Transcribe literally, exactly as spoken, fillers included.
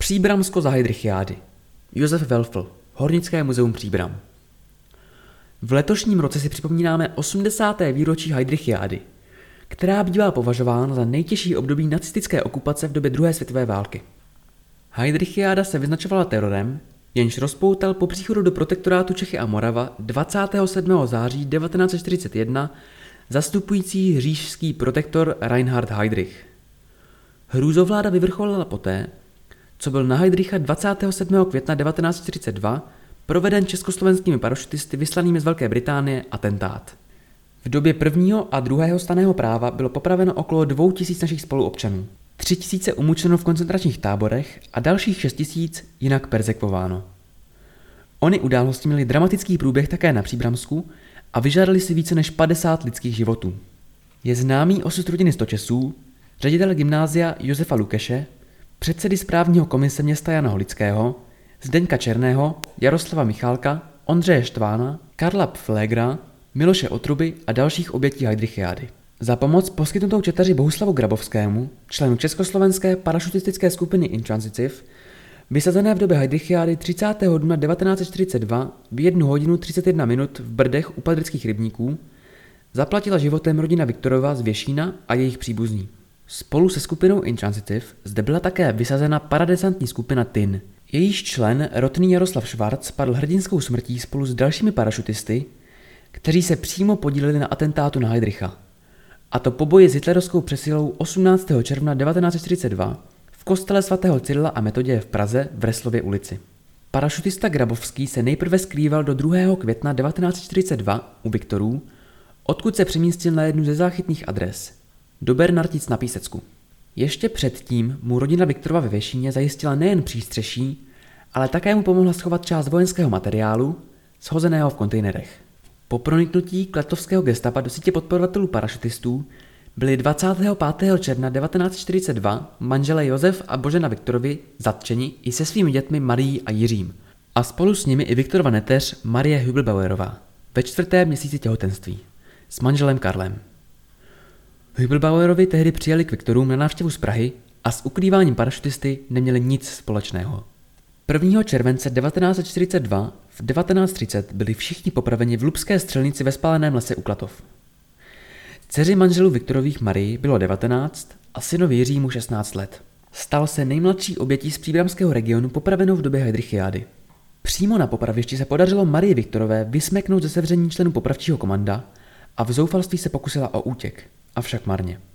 Příbramsko za Heydrichiády. Josef Welfl, Hornické muzeum Příbram. V letošním roce si připomínáme osmdesáté výročí Heydrichiády, která bývá považována za nejtěžší období nacistické okupace v době druhé světové války. Heydrichiáda se vyznačovala terorem, jenž rozpoutal po příchodu do protektorátu Čechy a Morava dvacátého sedmého září devatenáct set čtyřicet jedna zastupující říšský protektor Reinhard Heydrich. Hrůzovláda vyvrcholila poté, co byl na Heydricha dvacátého sedmého května devatenáct set čtyřicet dva proveden československými parašutisty vyslanými z Velké Británie atentát. V době prvního a druhého stanného práva bylo popraveno okolo dvou tisíc našich spoluobčanů, tři tisíce umučeno v koncentračních táborech a dalších šest tisíc jinak perzekvováno. Ony události měly dramatický průběh také na Příbramsku a vyžádali si více než padesát lidských životů. Je známý osud rodiny Stočesů, ředitele gymnázia Josefa Lukeše, předsedy správního komise města Jana Holického, Zdeňka Černého, Jaroslava Michálka, Ondřeje Štvána, Karla Pflégra, Miloše Otruby a dalších obětí Heydrichiády. Za pomoc poskytnutou četaři Bohuslavu Grabovskému, členu československé parašutistické skupiny Intransitiv, vysazené v době Heydrichiády třicátého dubna devatenáct set čtyřicet dva v jednu hodinu třicet jedna minut v Brdech u Padrických rybníků, zaplatila životem rodina Viktorova z Věšína a jejich příbuzní. Spolu se skupinou Intransitiv zde byla také vysazena paradesantní skupina T I N. Jejíž člen, rotný Jaroslav Švarc, padl hrdinskou smrtí spolu s dalšími parašutisty, kteří se přímo podíleli na atentátu na Heydricha. A to po boji s hitlerovskou přesilou osmnáctého června devatenáct set čtyřicet dva v kostele svatého Cyrila a Metoděje v Praze v Reslově ulici. Parašutista Grabovský se nejprve skrýval do druhého května devatenáct set čtyřicet dva u Viktorů, odkud se přemístil na jednu ze záchytných adres, do Bernartic na Písecku. Ještě předtím mu rodina Viktorova ve Věšíně zajistila nejen přístřeší, ale také mu pomohla schovat část vojenského materiálu, shozeného v kontejnerech. Po proniknutí kletovského gestapa do sítě podporovatelů parašutistů byli dvacátého pátého června devatenáct set čtyřicet dva manželé Josef a Božena Viktorovi zatčeni i se svými dětmi Marií a Jiřím a spolu s nimi i Viktorova neteř Marie Hübelbauerová ve čtvrtém měsíci těhotenství s manželem Karlem. Hübelbauerovi tehdy přijeli k Viktorům na návštěvu z Prahy a s ukrýváním parašutisty neměli nic společného. prvního července devatenáct set čtyřicet dva v devatenáct třicet byli všichni popraveni v Lubské střelnici ve spáleném lese u Klatov. Dceři manželů Viktorových Marii bylo devatenáct a synovi Jiřímu šestnáct let. Stal se nejmladší obětí z příbramského regionu popravenou v době Heydrichiády. Přímo na popravišti se podařilo Marii Viktorové vysmeknout ze sevření členů popravčího komanda a v zoufalství se pokusila o útěk, avšak marně.